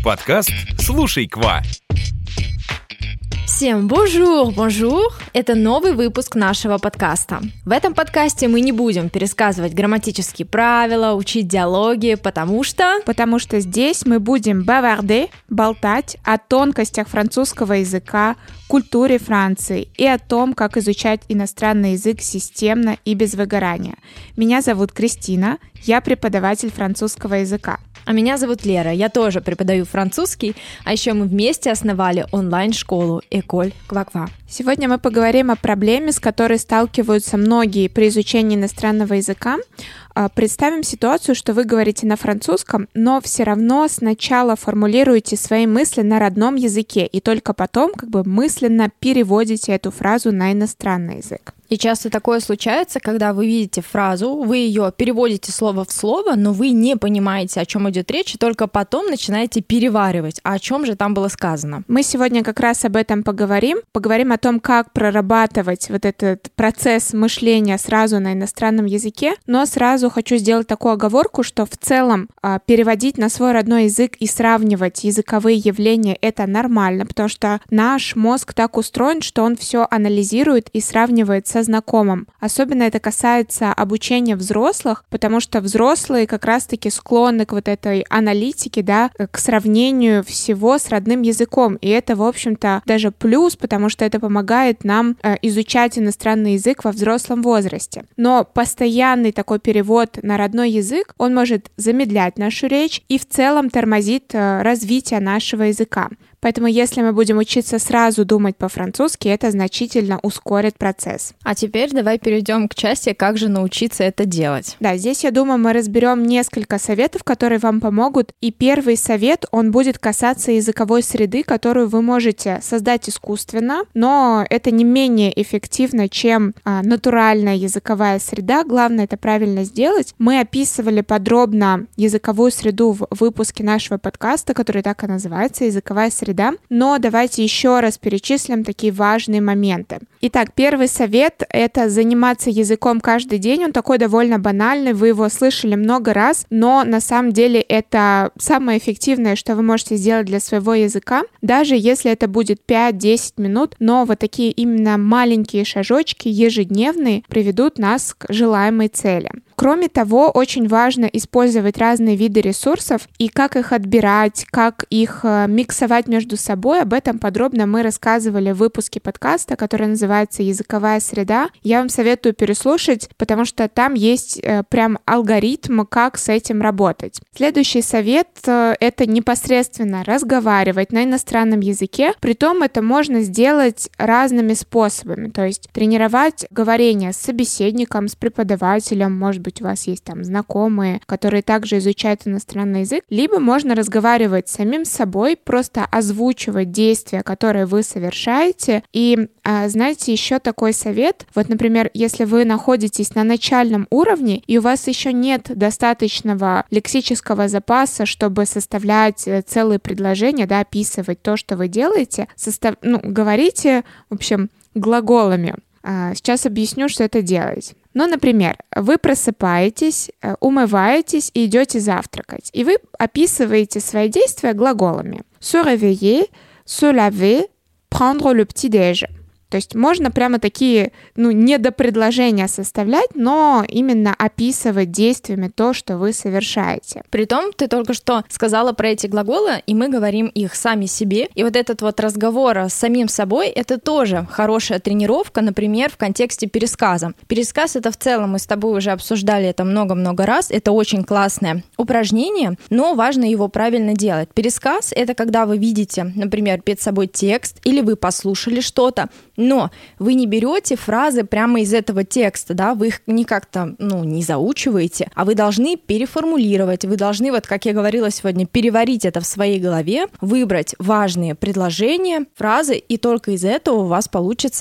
Подкаст «Слушай, Ква». Всем bonjour! Это новый выпуск нашего подкаста. В этом подкасте мы не будем пересказывать грамматические правила, учить диалоги, потому что здесь мы будем болтать о тонкостях французского языка, культуре Франции и о том, как изучать иностранный язык системно и без выгорания. Меня зовут Кристина, я преподаватель французского языка. А меня зовут Лера, я тоже преподаю французский, а еще мы вместе основали онлайн-школу École Kva. Сегодня мы поговорим о проблеме, с которой сталкиваются многие при изучении иностранного языка. Представим ситуацию, что вы говорите на французском, но все равно сначала формулируете свои мысли на родном языке и только потом мысленно переводите эту фразу на иностранный язык. И часто такое случается, когда вы видите фразу, вы ее переводите слово в слово, но вы не понимаете, о чем идет речь, и только потом начинаете переваривать, о чем же там было сказано. Мы сегодня как раз об этом поговорим. Поговорим о том, как прорабатывать вот этот процесс мышления сразу на иностранном языке, но сразу хочу сделать такую оговорку, что в целом переводить на свой родной язык и сравнивать языковые явления — это нормально, потому что наш мозг так устроен, что он все анализирует и сравнивает со знакомым. Особенно это касается обучения взрослых, потому что взрослые как раз-таки склонны к вот этой аналитике, к сравнению всего с родным языком. И это, в общем-то, даже плюс, потому что это помогает нам изучать иностранный язык во взрослом возрасте. Но постоянный такой перевод на родной язык, он может замедлять нашу речь и в целом тормозит развитие нашего языка. Поэтому если мы будем учиться сразу думать по-французски, это значительно ускорит процесс. А теперь давай перейдем к части, как же научиться это делать. Да, здесь, я думаю, мы разберем несколько советов, которые вам помогут. И первый совет, он будет касаться языковой среды, которую вы можете создать искусственно, но это не менее эффективно, чем натуральная языковая среда. Главное это правильно сделать. Мы описывали подробно языковую среду в выпуске нашего подкаста, который так и называется «Языковая среда». Но давайте еще раз перечислим такие важные моменты. Итак, первый совет — это заниматься языком каждый день. Он такой довольно банальный, вы его слышали много раз, но на самом деле это самое эффективное, что вы можете сделать для своего языка, даже если это будет 5-10 минут, но вот такие именно маленькие шажочки ежедневные приведут нас к желаемой цели. Кроме того, очень важно использовать разные виды ресурсов и как их отбирать, как их миксовать между собой. Об этом подробно мы рассказывали в выпуске подкаста, который называется «Языковая среда». Я вам советую переслушать, потому что там есть прям алгоритм, как с этим работать. Следующий совет — это непосредственно разговаривать на иностранном языке. Притом это можно сделать разными способами, то есть тренировать говорение с собеседником, с преподавателем, может быть, у вас есть там знакомые, которые также изучают иностранный язык, либо можно разговаривать с самим собой, просто озвучивать действия, которые вы совершаете. И знаете, еще такой совет, вот, например, если вы находитесь на начальном уровне, и у вас еще нет достаточного лексического запаса, чтобы составлять целые предложения, описывать то, что вы делаете, говорите, в общем, глаголами. Сейчас объясню, что это делать. Например, вы просыпаетесь, умываетесь и идете завтракать. И вы описываете свои действия глаголами. Se réveiller, se laver, prendre le petit-déj. То есть можно прямо такие, недопредложения составлять, но именно описывать действиями то, что вы совершаете. Притом, ты только что сказала про эти глаголы, и мы говорим их сами себе. И вот этот вот разговор с самим собой, это тоже хорошая тренировка, например, в контексте пересказа. Пересказ — это в целом, мы с тобой уже обсуждали это много-много раз, это очень классное упражнение, но важно его правильно делать. Пересказ — это когда вы видите, например, перед собой текст, или вы послушали что-то, но вы не берете фразы прямо из этого текста, вы их не как-то, не заучиваете, а вы должны переформулировать, вы должны, вот как я говорила сегодня, переварить это в своей голове, выбрать важные предложения, фразы, и только из этого у вас получится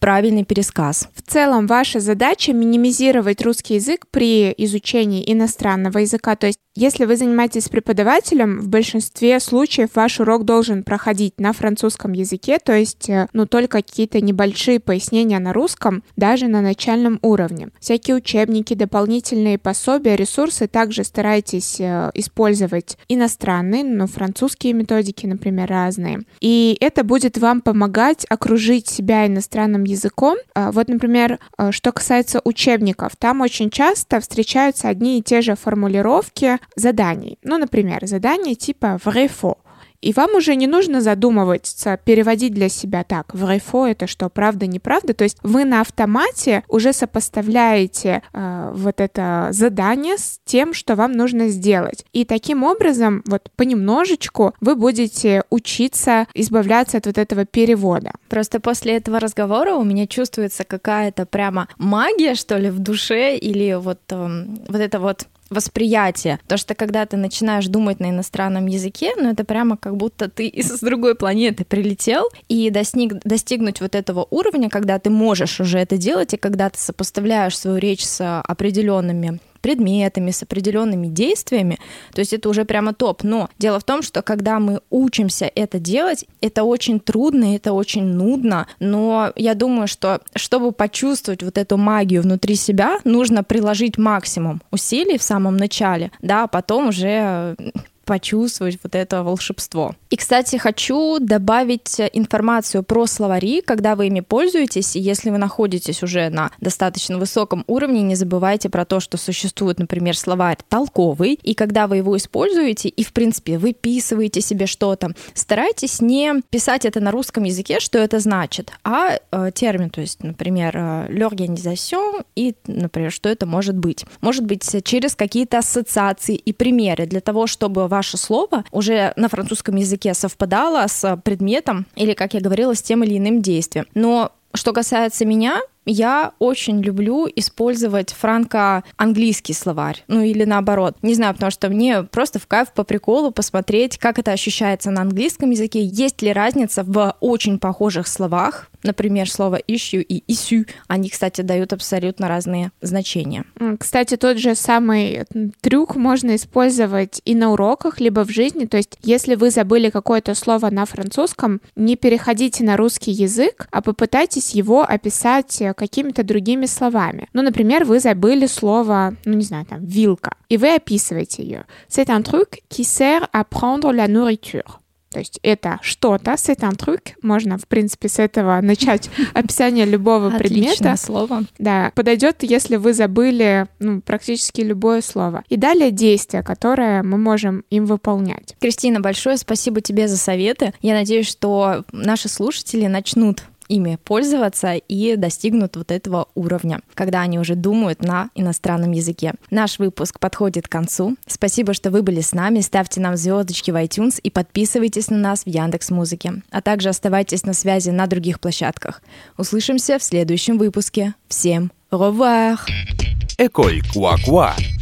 правильный пересказ. В целом, ваша задача минимизировать русский язык при изучении иностранного языка. То есть, если вы занимаетесь с преподавателем, в большинстве случаев ваш урок должен проходить на французском языке, то есть, только какие-то небольшие пояснения на русском, даже на начальном уровне. Всякие учебники, дополнительные пособия, ресурсы также старайтесь использовать иностранные, французские методики, например, разные. И это будет вам помогать окружить себя иностранным языком. Вот, например, что касается учебников, там очень часто встречаются одни и те же формулировки заданий. Например, задания типа vrai-faux. И вам уже не нужно задумываться, переводить для себя так. Vrai-faux — это что, правда, неправда? То есть вы на автомате уже сопоставляете вот это задание с тем, что вам нужно сделать. И таким образом, вот понемножечку вы будете учиться избавляться от вот этого перевода. Просто после этого разговора у меня чувствуется какая-то прямо магия, что ли, в душе, или вот это вот восприятие. То, что когда ты начинаешь думать на иностранном языке, это прямо как будто ты из другой планеты прилетел, и достигнуть вот этого уровня, когда ты можешь уже это делать, и когда ты сопоставляешь свою речь с определенными предметами, с определенными действиями, то есть это уже прямо топ. Но дело в том, что когда мы учимся это делать, это очень трудно, это очень нудно, но я думаю, что чтобы почувствовать вот эту магию внутри себя, нужно приложить максимум усилий в самом начале, а потом уже почувствовать вот это волшебство. И, кстати, хочу добавить информацию про словари, когда вы ими пользуетесь, и если вы находитесь уже на достаточно высоком уровне, не забывайте про то, что существует, например, словарь толковый, и когда вы его используете, и, в принципе, выписываете себе что-то, старайтесь не писать это на русском языке, что это значит, а термин, то есть, например, l'organisation, и, например, что это может быть. Может быть, через какие-то ассоциации и примеры, для того, чтобы ваше слово уже на французском языке совпадало с предметом или, как я говорила, с тем или иным действием. Но что касается меня, я очень люблю использовать франко-английский словарь, или наоборот. Не знаю, потому что мне просто в кайф по приколу посмотреть, как это ощущается на английском языке, есть ли разница в очень похожих словах. Например, слово issue и issue, они, кстати, дают абсолютно разные значения. Кстати, тот же самый трюк можно использовать и на уроках, либо в жизни. То есть, если вы забыли какое-то слово на французском, не переходите на русский язык, а попытайтесь его описать какими-то другими словами. Например, вы забыли слово, вилка, и вы описываете ее. C'est un truc qui sert à prendre la nourriture. То есть это что-то, c'est un truc. Можно, в принципе, с этого начать описание любого предмета. Отличное слово. Да, подойдет, если вы забыли практически любое слово. И далее действие, которое мы можем им выполнять. Кристина, большое спасибо тебе за советы. Я надеюсь, что наши слушатели начнут ими пользоваться и достигнут вот этого уровня, когда они уже думают на иностранном языке. Наш выпуск подходит к концу. Спасибо, что вы были с нами. Ставьте нам звездочки в iTunes и подписывайтесь на нас в Яндекс.Музыке. А также оставайтесь на связи на других площадках. Услышимся в следующем выпуске. Всем au revoir! École Quoi Quoi.